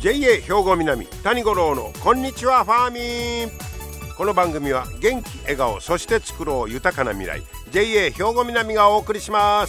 JA 兵庫南谷五郎のこんにちはファーミン。この番組は元気笑顔そして作ろう豊かな未来 JA 兵庫南がお送りします。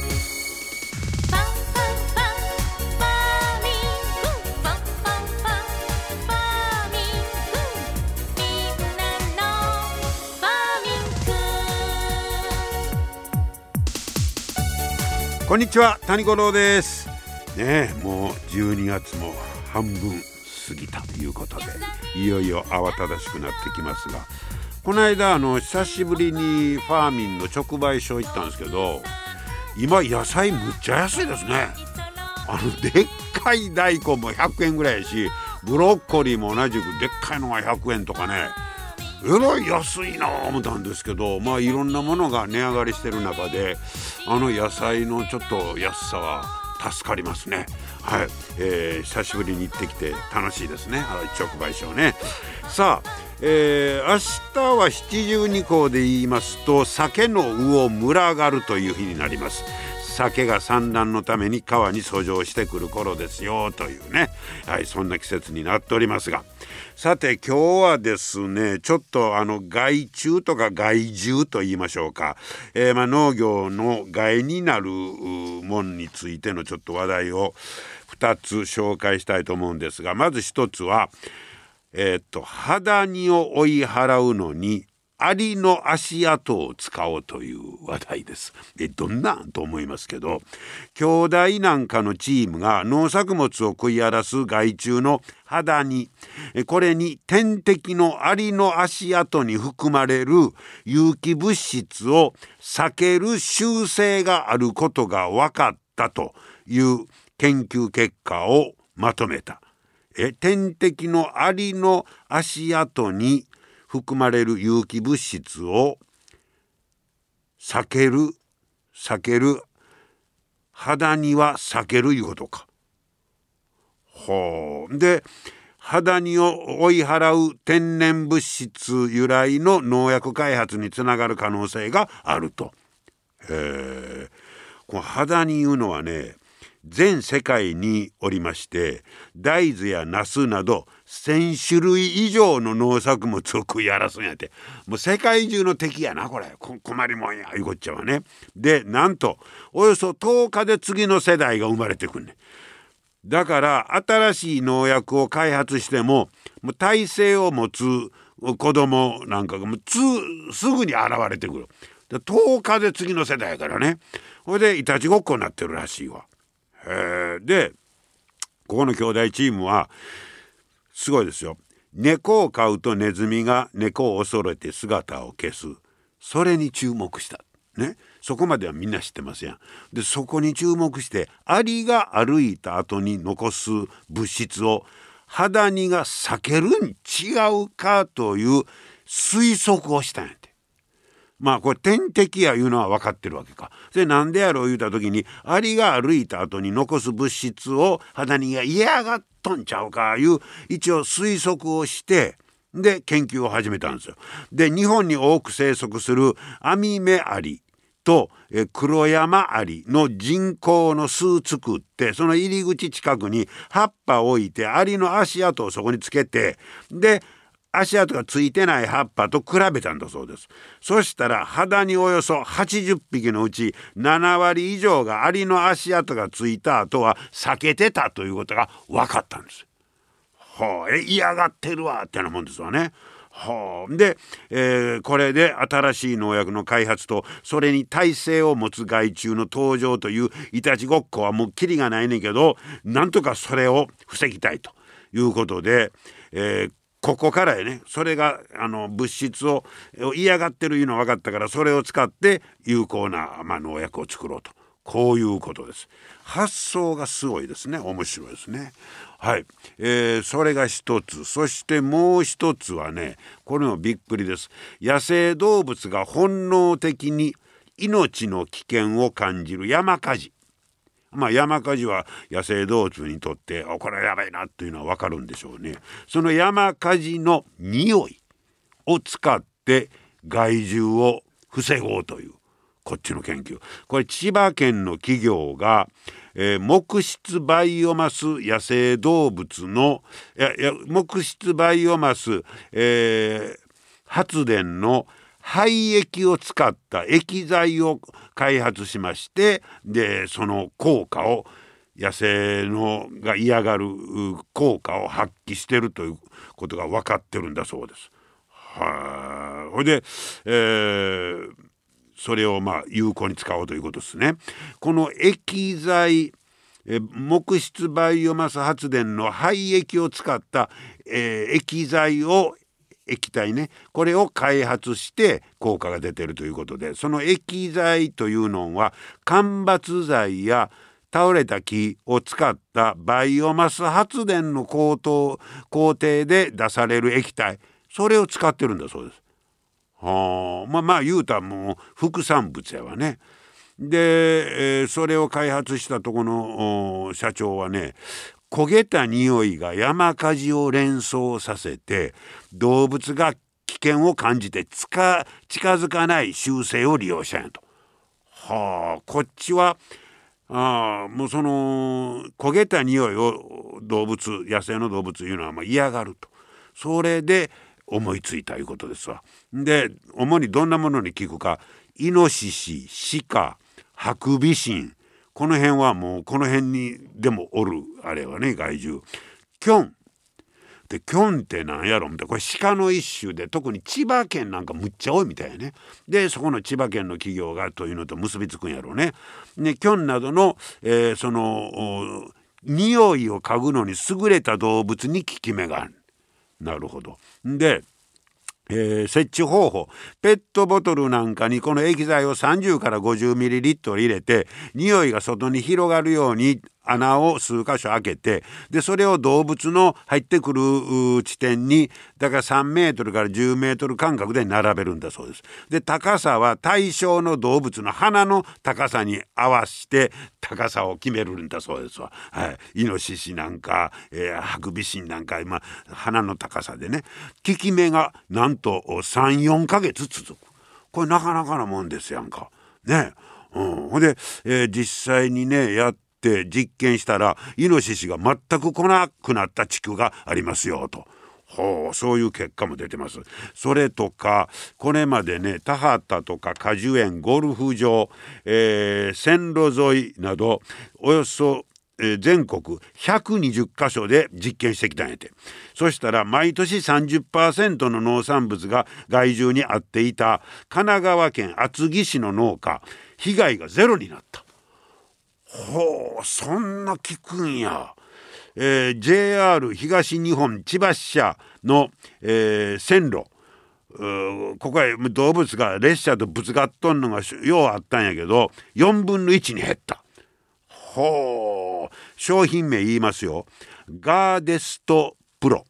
こんにちは谷五郎ですね。もう12月も半分過ぎたということでいよいよ慌ただしくなってきますが、この間久しぶりにファーミンの直売所行ったんですけど、今野菜むっちゃ安いですね。でっかい大根も100円ぐらいやし、ブロッコリーも同じくでっかいのが100円とかね、えらい安いなぁ思ったんですけど、いろんなものが値上がりしてる中で野菜のちょっと安さは助かりますね。はい、久しぶりに行ってきて楽しいですね、直売所ね。さあ、明日は七十二候で言いますと酒の魚群がるという日になります。酒が産卵のために川に遡上してくる頃ですよというね、はい、そんな季節になっておりますが、さて今日はですね、ちょっと害虫とか害獣と言いましょうか、農業の害になるもんについてのちょっと話題を2つ紹介したいと思うんですが、まず1つはハダニを追い払うのにアリの足跡を使おうという話題です。どんなんと思いますけど、兄弟なんかのチームが農作物を食い荒らす害虫のハダニ、これに天敵のアリの足跡に含まれる有機物質を避ける習性があることが分かったという研究結果をまとめた。天敵のアリの足跡に含まれる有機物質を避けるハダニは避けるいうことか。でハダニを追い払う天然物質由来の農薬開発につながる可能性があると。このハダニいうのはね、全世界におりまして、大豆やナスなど1000種類以上の農作物を食い荒らすんやって。もう世界中の敵やなこれ、困りもんやいうこっちゃはね。でなんとおよそ10日で次の世代が生まれてくんねん。だから新しい農薬を開発しても、もう耐性を持つ子供なんかがもうすぐに現れてくる。で10日で次の世代やからね。これでいたちごっこになってるらしいわ。でここの兄弟チームはすごいですよ。猫を飼うとネズミが猫を恐れて姿を消す、それに注目したね。そこまではみんな知ってますやん。でそこに注目してアリが歩いた後に残す物質をハダニが避けるに違うかという推測をしたんやて。これ天敵やいうのは分かってるわけか。それなんでやろう言うた時に、アリが歩いた後に残す物質をハダニが嫌がっとんちゃうかいう一応推測をして、で研究を始めたんですよ。で日本に多く生息するアミメアリと黒山アリの人工の巣作って、その入り口近くに葉っぱを置いてアリの足跡をそこにつけて、で足跡がついてない葉っぱと比べたんだそうです。そしたらハダニおよそ80匹のうち7割以上がアリの足跡がついた後は避けてたということが分かったんです。嫌がってるわってなもんですわね。で、これで新しい農薬の開発とそれに耐性を持つ害虫の登場といういたちごっこはもうキリがないねんけど、なんとかそれを防ぎたいということで、ここからやね、それが物質を嫌がってるいうのは分かったから、それを使って有効な、農薬を作ろうと、こういうことです。発想がすごいですね。面白いですね。はい、それが一つ。そしてもう一つはね、これもびっくりです。野生動物が本能的に命の危険を感じる山火事。山火事は野生動物にとってこれはやばいなというのは分かるんでしょうね。その山火事の匂いを使って害獣を防ごうというこっちの研究。これ千葉県の企業が、 木質バイオマス野生動物の木質バイオマス、発電の廃液を使った液剤を開発しまして、でその効果を野生のが嫌がる効果を発揮しているということが分かってるんだそうです。ほいで、それを有効に使おうということですね。この液剤、木質バイオマス発電の廃液を使った、液剤を液体ね、これを開発して効果が出ているということで、その液剤というのは間伐材や倒れた木を使ったバイオマス発電の工程で出される液体、それを使ってるんだそうです。言うたらもう副産物やわね。で、それを開発したとこの社長はね、焦げた匂いが山火事を連想させて動物が危険を感じて近づかない習性を利用したんやと。こっちはもうその焦げた匂いを野生の動物いうのは嫌がると。それで思いついたいうことですわ。で主にどんなものに効くか、イノシシ、鹿、ハクビシン、この辺はもうこの辺にでもおるあれはね、害獣。キョンで、キョンってなんやろみたいな、これ鹿の一種で、特に千葉県なんかむっちゃ多いみたいやね。でそこの千葉県の企業がというのと結びつくんやろうね。でキョンなどの、その匂いを嗅ぐのに優れた動物に効き目がある。なるほど。で設置方法、ペットボトルなんかにこの液剤を30から50ミリリットル入れて、匂いが外に広がるように穴を数箇所開けて、でそれを動物の入ってくる地点にだから3メートルから10メートル間隔で並べるんだそうです。で高さは対象の動物の鼻の高さに合わせて高さを決めるんだそうですわ。イノシシなんか、ハクビシンなんか鼻の高さでね、効き目がなんと 3,4 ヶ月続く。これなかなかなもんですやんかね。ほんで、実際にねやって実験したらイノシシが全く来なくなった地区がありますよと。そういう結果も出てます。それとかこれまでね、田畑とか果樹園、ゴルフ場、線路沿いなどおよそ全国120カ所で実験してきたんやて。そしたら毎年 30% の農産物が害獣に遭っていた神奈川県厚木市の農家、被害がゼロになった。そんな効くんや。JR 東日本千葉支社の、線路、ここへ動物が列車とぶつかっとんのがようあったんやけど4分の1に減った。商品名言いますよ。ガーデストプロ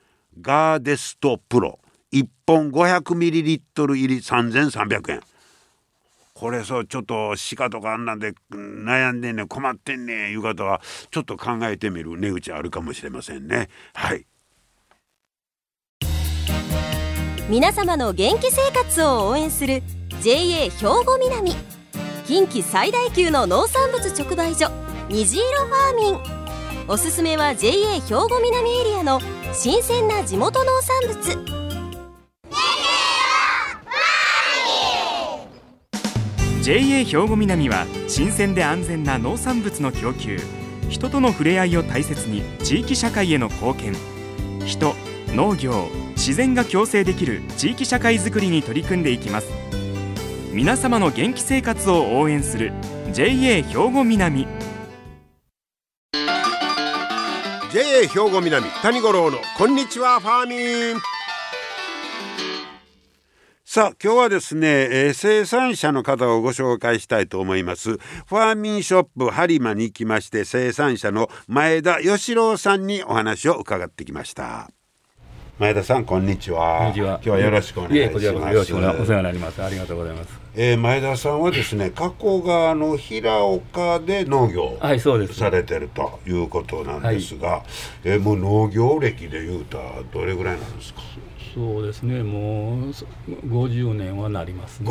1本 500ml 入り3300円。これちょっと鹿とかあんなんで悩んでんねん、困ってんねんいう方はちょっと考えてみる値打ちあるかもしれませんね。 皆様の元気生活を応援する JA 兵庫南、近畿最大級の農産物直売所虹色ファーミン。おすすめは JA 兵庫南エリアの新鮮な地元農産物。 JA 兵庫南は新鮮で安全な農産物の供給、人との触れ合いを大切に地域社会への貢献、人、農業、自然が共生できる地域社会づくりに取り組んでいきます。皆様の元気生活を応援する JA 兵庫南。 JA 兵庫南谷五郎のこんにちはファーミン。さあ今日はですね、生産者の方をご紹介したいと思います。ファーミンショップ播磨に来まして、生産者の前田義郎さんにお話を伺ってきました。前田さんこんにちは。 こんにちは。 今日はよろしくお願いします。 こちらこそよろしくお世話になります。ありがとうございます。 前田さんはですね、加古川の平岡で農業をされてるということなんですが、もう農業歴でいうとどれぐらいなんですか？ そうですね、もう50年はなりますね。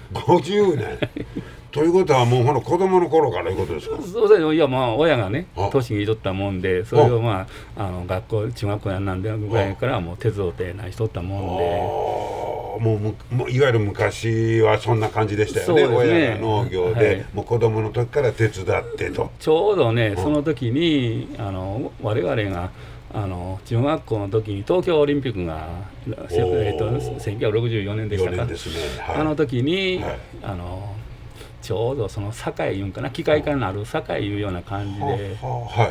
50年ということはもうほんの子供の頃からいうことですか？ そうだよ。いやまあ親がねあ年にいとったもんで、それをまあ学校中学校やなんでぐらいからもう手伝ってないしとったももういわゆる昔はそんな感じでしたよね。 そうですね親が農業で、 はい、 もう子供の時から手伝ってと。 ちょうどねその時に我々が中学校の時に東京オリンピックが、1964年でしたか。 4年ですね、はい、 あの時に、 はい、 ちょうどその堺いうんかな、機械化になる堺いうような感じで、 はい、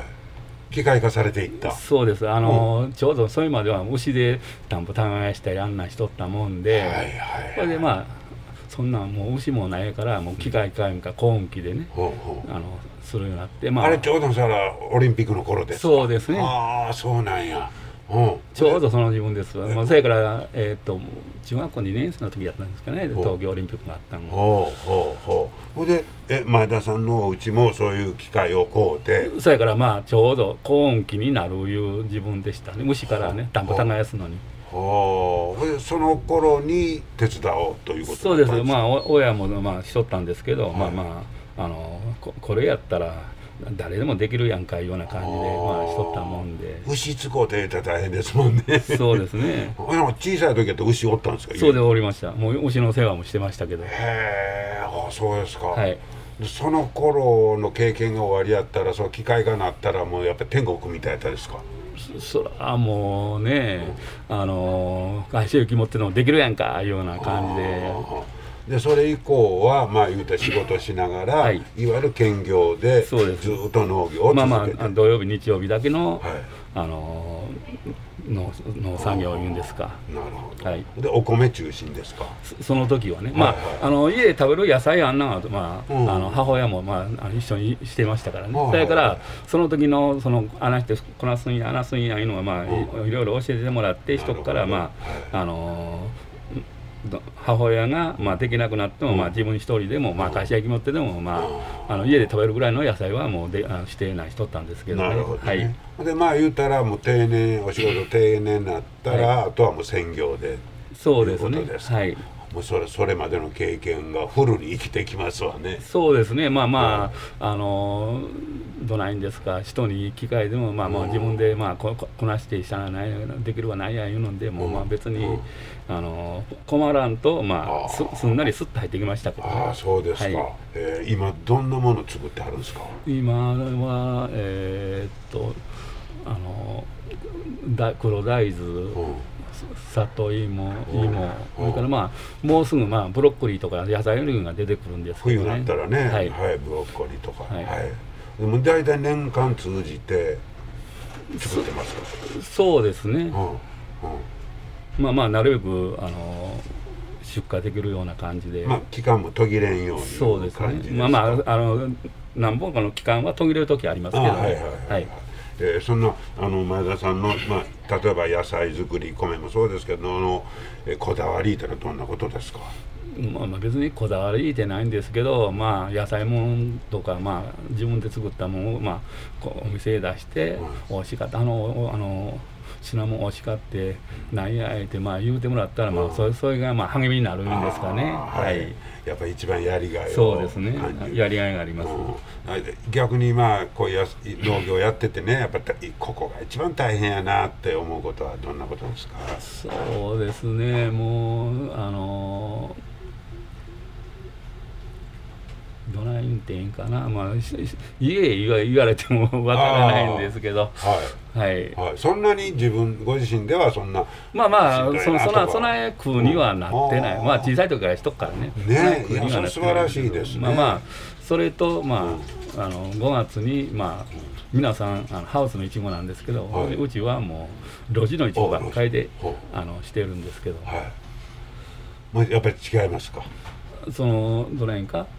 機械化されていった。 そうです。ちょうどそれまでは牛で田んぼ耕したりあんなんしとったもんで、 はいはいはい、 それでまあそんなんもう牛もないからもう機械化か耕運機でね、するようになって、 あれちょうどそらオリンピックの頃ですか？ そうですね。 ああそうなんや。 ちょうどその自分です。まあ、それから中学校2年生の時やったんですかね、東京オリンピックがあったの。 ほいで前田さんのお家もそういう機械を買うて、 それからまあちょうど耕運機になるいう自分でしたね。虫からね田んぼ耕すのに。 その頃に手伝おうということそうです。まあ親もまあしとったんですけど、はい、まあまあこれやったら誰でもできるやんかいうような感じでまあしとったもんで。 牛使うて言ったら大変ですもんね。 そうですね。 小さい時やったら牛おったんですか？ そうでおりました。もう牛の世話もしてましたけど。 へえ、そうですか。 はい。 その頃の経験が終わりやったら、その機械がなったらもうやっぱり天国みたいやったですか？ そらもうね、会社行き持ってのできるやんかいうような感じで、それ以降はまあ言うた仕事しながら、はい、いわゆる兼業でずっと農業を続けて、 まあまあ土曜日日曜日だけの、 はい、 農作業いうんですか。 なるほど。 はい、 でお米中心ですか？ その時はね、まあ家で食べる野菜あんなんはまあ、母親もまあ一緒にしてましたからね。それからその時のその穴してこなすんや穴すんやいうのはまあいろいろ教えてもらって人からまあ母親がまあできなくなってもまあ自分一人でもまあ会社行き持ってでもまあ家で食べるぐらいの野菜はもうしてないしとったんですけどね。 なるほどね。 はい、 でまあ言うたらもうお仕事定年になったら、はい、あとはもう専業で。 そうですね。はい。 もうそれまでの経験がフルに生きてきますわね。 そうですね。まあまあどないんですか、人に機会でもまあもう自分でまあこなしてしたらないできるはないやいうのでもまあ別に困らんとまあすんなりスッと入ってきましたけどね。 ああそうですか。はい、今どんなもの作ってはるんですか？ 今は黒大豆、里芋、それからまあもうすぐまあブロッコリーとか野菜類が出てくるんですけどね。 冬になったらね、はい、ブロッコリーとか、はい、でも大体年間通じて作ってますか？ そうですね。まあまあなるべく出荷できるような感じで、 まあ期間も途切れんようにそうですね。まあまあ何本かの期間は途切れる時ありますけどね。はい。 そんな前田さんの、まあ、例えば野菜作り米もそうですけどこだわりってのはどんなことですか？ まあ別にこだわりってないんですけど、まあ野菜もんとかまあ自分で作ったものをまあお店へ出して美味しかった品も美味しかってなんやあえてまあ言うてもらったらまあそれがまあ励みになるんですかね。はい。 やっぱり一番やりがいをそうですね。やりがいがあります。 逆にまあこういう農業やっててね、やっぱりここが一番大変やなって思うことはどんなことですか？ そうですね。もうどないんていんかな、まあ言われてもわからないんですけど、はいはい、 そんなにご自身ではそんなまあまあそない風にはなってない、まあ小さい時からしとくからね。 ね、いやそれ素晴らしいですね。 まあまあそれとまあ5月にまあ皆さんハウスのイチゴなんですけど、うちはもう路地のイチゴばっかりでしてるんですけど、 もうやっぱり違いますか？ どないんか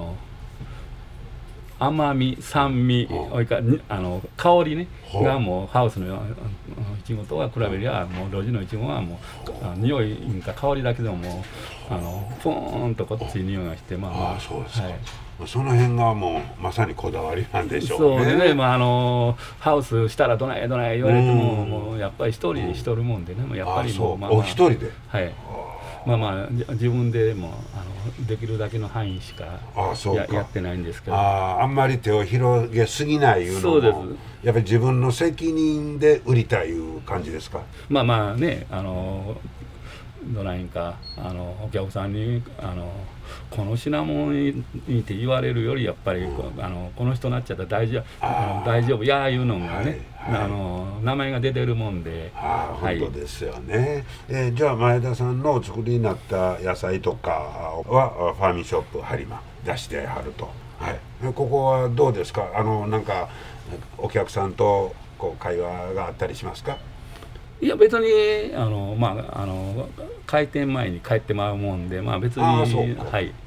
甘み酸味おいか香りねがもうハウスのいちごとは比べりゃもう路地のいちごはもう匂いか香りだけでももうポーンとこっち匂いがしてまあそうですか。その辺がもうまさにこだわりなんでしょうね。 そうでね、まあハウスしたらどない言われてももうやっぱり一人でしとるもんでね、やっぱりもうお一人で。 はい。 自分でもできるだけの範囲しかやってないんですけど、 あんまり手を広げすぎないいうのもそうです。 やっぱり自分の責任で売りたいいう感じですか。 ね、どないんかお客さんにこの品物にって言われるよりやっぱり、この人になっちゃったら大丈夫やいうのがね、名前が出てるもんで。 本当ですよね。じゃあ前田さんのお作りになった野菜とかはファーミンショップ播磨出してはると、ここはどうですか。なんかお客さんとこう会話があったりしますか。 いや別に開店前に帰ってまうもんで、別に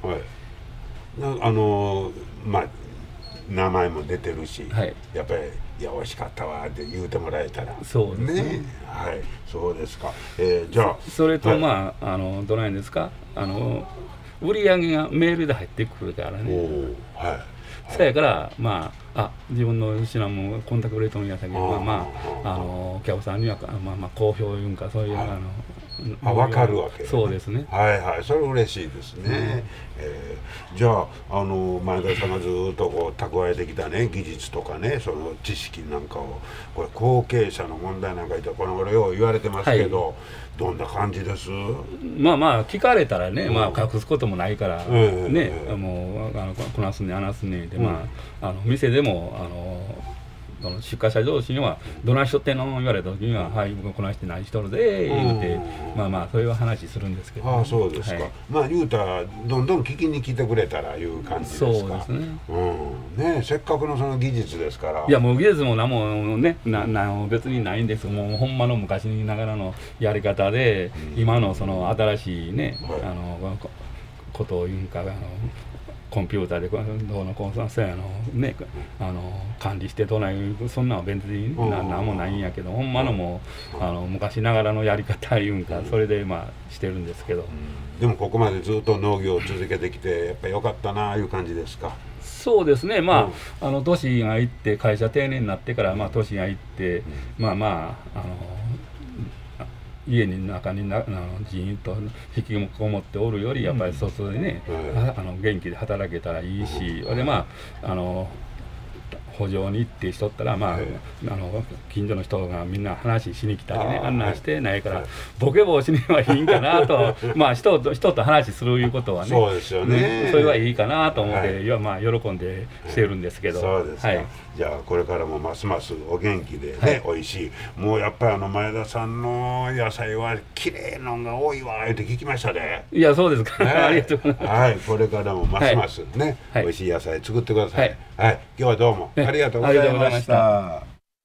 名前も出てるし、やっぱり「いや美味しかったわ」って言うてもらえたら。 そうですね。 そうですか。じゃあそれとどないですか、売り上げがメールで入ってくるからね。そやから自分の品もコンタクトレートのやつだけど、お客さんには好評いうんかそういう分かるわけ。 そうですね。 それ嬉しいですね。じゃあ前田さんがずっとこう蓄えてきたね技術とかね、その知識なんかをこれ後継者の問題なんか言ったらこの頃よう言われてますけど、どんな感じです？ 聞かれたらね、隠すこともないからね、もうこなすねあなすねで、店でも出荷者同士には「どないしとってんの?」言われた時には「はい僕こないして何しとるぜ」言うてそういう話するんですけど。 そうですか。言うたらどんどん聞きに来てくれたらいう感じですか。 そうですね。 せっかくのその技術ですから。 いやもう技術も何もね別にないんです。もうほんまの昔ながらのやり方で、今のその新しいねことを言うんかコンピューターでどうのこうの管理してどないそんなんは別に何もないんやけど、ほんまのも昔ながらのやり方いうんか、それでしてるんですけど。 でもここまでずっと農業を続けてきてやっぱり良かったなあいう感じですか。 そうですね。年がいって会社定年になってから年がいって家の中にじーんと引きこもっておるよりやっぱり外でね、元気で働けたらいいし、で補助に行ってしとったら近所の人がみんな話しに来たりね、案内してないからボケ防止にはいいんかなと人と話するいうことはね、 そうですよね。 それはいいかなと思って喜んでしてるんですけど。 そうですか。じゃあこれからもますますお元気でね、美味しい。もうやっぱり前田さんの野菜は綺麗なのが多いわって聞きましたね。 いやそうですか。ありがとうございます。 これからもますますね、美味しい野菜作ってください。今日はどうもありがとうございました。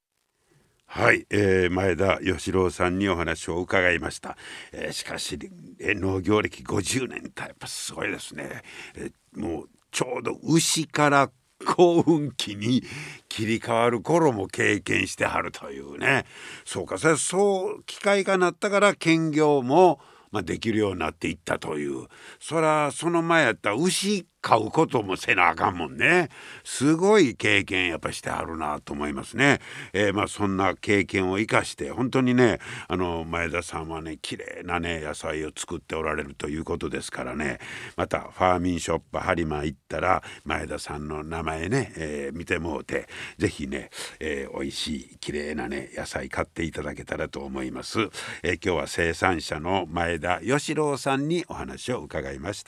前田義郎さんにお話を伺いました。しかし農業歴50年ってやっぱすごいですね。もうちょうど牛から幸運期に切り替わる頃も経験してはるというね。そうか、そう機会がなったから兼業もできるようになっていったという。その前やったら牛飼うこともせなあかんもんね。すごい経験やっぱしてはるなと思いますね。そんな経験を生かして本当にね前田さんはね綺麗なね野菜を作っておられるということですからね、またファーミンショップ播磨行ったら前田さんの名前ね、見てもうてぜひね、美味しい綺麗なね野菜買っていただけたらと思います。今日は生産者の前田義郎さんにお話を伺いました。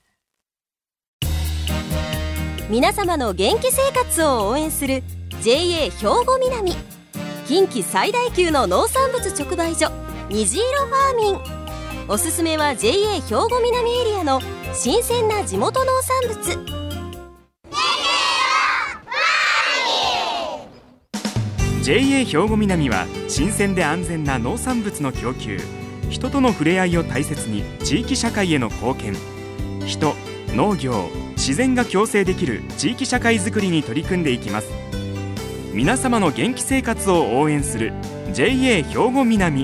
皆様の元気生活を応援する JA 兵庫南、近畿最大級の農産物直売所虹色ファーミン。おすすめは JA 兵庫南エリアの新鮮な地元農産物。 JA 兵庫南は新鮮で安全な農産物の供給、人との触れ合いを大切に地域社会への貢献、人、農業、自然が共生できる地域社会づくりに取り組んでいきます。皆様の元気生活を応援する JA 兵庫南。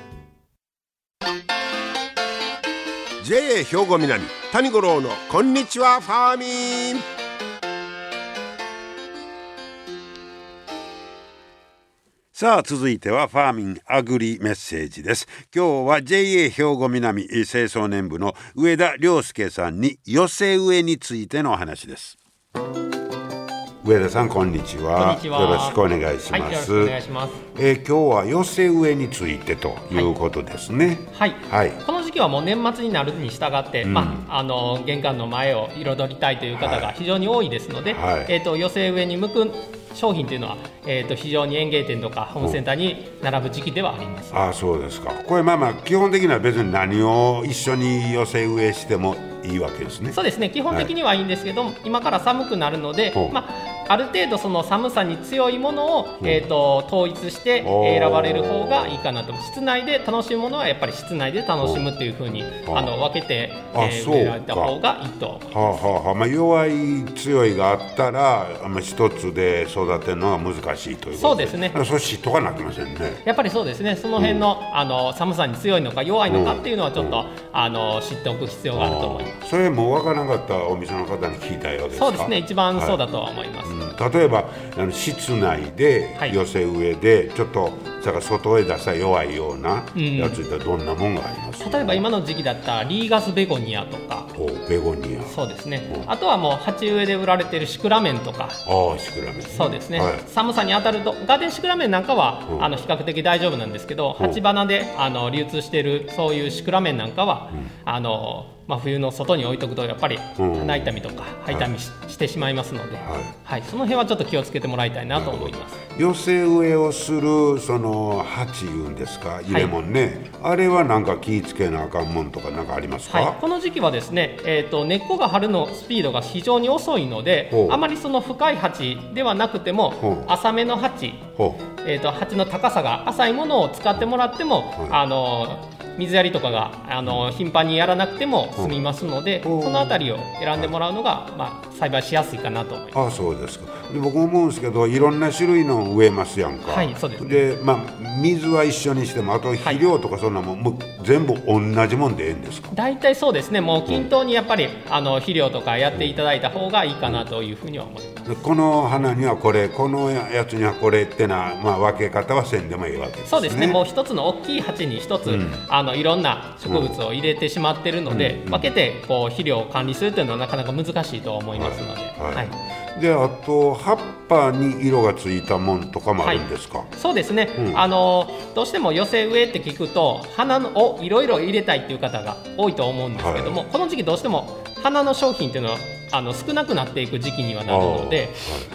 JA 兵庫南谷五郎のこんにちはファーミン。 さあ続いてはファーミンアグリメッセージです。今日は JA 兵庫南清掃年部の上田良介さんに寄せ植えについてのお話です。上田さんこんにちは。 こんにちは。 よろしくお願いします。 はい、よろしくお願いします。 今日は寄せ植えについてということですね。 はい、この時期はもう年末になるに従って、玄関の前を彩りたいという方が非常に多いですので、寄せ植えに向く商品というのは、非常に園芸店とかホームセンターに並ぶ時期ではあります。 ああ、そうですか。これ基本的には別に何を一緒に寄せ植えしてもいいわけですね。 そうですね、基本的にはいいんですけど、今から寒くなるので、ある程度その寒さに強いものを、統一して選ばれる方がいいかなと。室内で楽しむものはやっぱり室内で楽しむというふうに分けて植えられた方がいいと思います。 弱い強いがあったら一つで育てるのが難しいということで。 そうですね。 それ嫉妬がなきませんね。 やっぱりそうですね。その辺の、寒さに強いのか弱いのかっていうのはちょっと、知っておく必要があると思います。 それも分からなかったお店の方に聞いたようですか。 そうですね、一番そうだとは思います。 例えば室内で寄せ植えでちょっと外へ出した弱いようなやつってどんなもんがあります？ 例えば今の時期だったらリーガスベゴニアとか。 ベゴニア。 そうですね。あとはもう鉢植えで売られているシクラメンとか。 シクラメン。 そうですね、寒さに当たるとガーデンシクラメンなんかは、比較的大丈夫なんですけど、鉢花で流通しているそういうシクラメンなんかは、冬の外に置いとくとやっぱり鼻痛みとか肺痛みしてしまいますので、その辺はちょっと気をつけてもらいたいなと思います。 寄せ植えをするその鉢いうんですか、入れ物ね、あれはなんか気ぃつけなあかんもんとかなんかありますか？ この時期はですね、根っこが張るのスピードが非常に遅いので、あまりその深い鉢ではなくても浅めの鉢、鉢の高さが浅いものを使ってもらっても、水やりとかが頻繁にやらなくても済みますので、そのあたりを選んでもらうのが、栽培しやすいかなと思います。 そうですか。で僕思うんですけど、いろんな種類の植えますやんか。 そうです。 で、水は一緒にしても、あと肥料とかそんなもん、もう全部同じもんでええんですか？ 大体そうですね。もう均等にやっぱり肥料とかやっていただいた方がいいかなというふうには思います。 この花にはこれ、このやつにはこれってな、分け方はせんでもいいわけですね。 そうですね。もう一つの大きい鉢に一つ、いろんな植物を入れてしまっているので、分けて肥料を管理するというのはなかなか難しいと思いますので。 で、あと葉っぱに色がついたもんとかもあるんですか？ そうですね、どうしても寄せ植えって聞くと花をいろいろ入れたいっていう方が多いと思うんですけども、この時期どうしても花の商品っていうのは少なくなっていく時期にはなるので、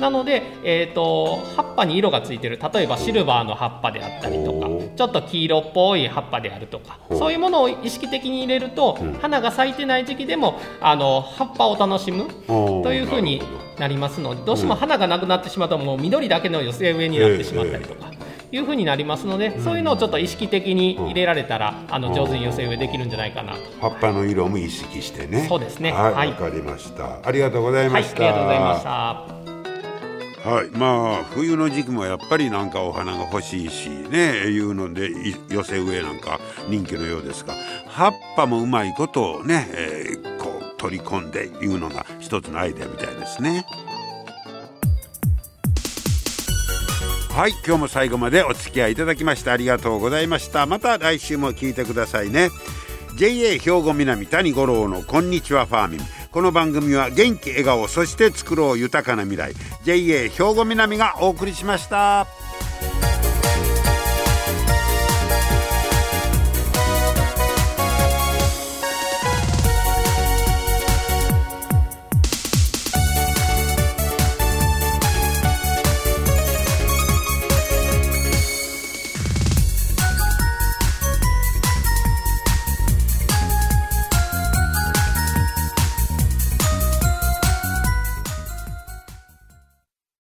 葉っぱに色がついている、例えばシルバーの葉っぱであったりとか、ちょっと黄色っぽい葉っぱであるとか、そういうものを意識的に入れると、花が咲いてない時期でも葉っぱを楽しむというふうになりますので、どうしても花がなくなってしまうともう緑だけの寄せ植えになってしまったりとかいうふうになりますので、そういうのをちょっと意識的に入れられたら上手に寄せ植えできるんじゃないかなと。 葉っぱの色も意識してね。 そうですね。 わかりました。ありがとうございました。 ありがとうございました。 冬の時期もやっぱりなんかお花が欲しいしね、いうので寄せ植えなんか人気のようですが、葉っぱもうまいことをね、取り込んでいうのが一つのアイデアみたいですね。今日も最後までお付き合いいただきましてありがとうございました。また来週も聞いてくださいね。 JA 兵庫南谷五郎のこんにちはファーミン。この番組は元気笑顔そして作ろう豊かな未来 JA 兵庫南がお送りしました。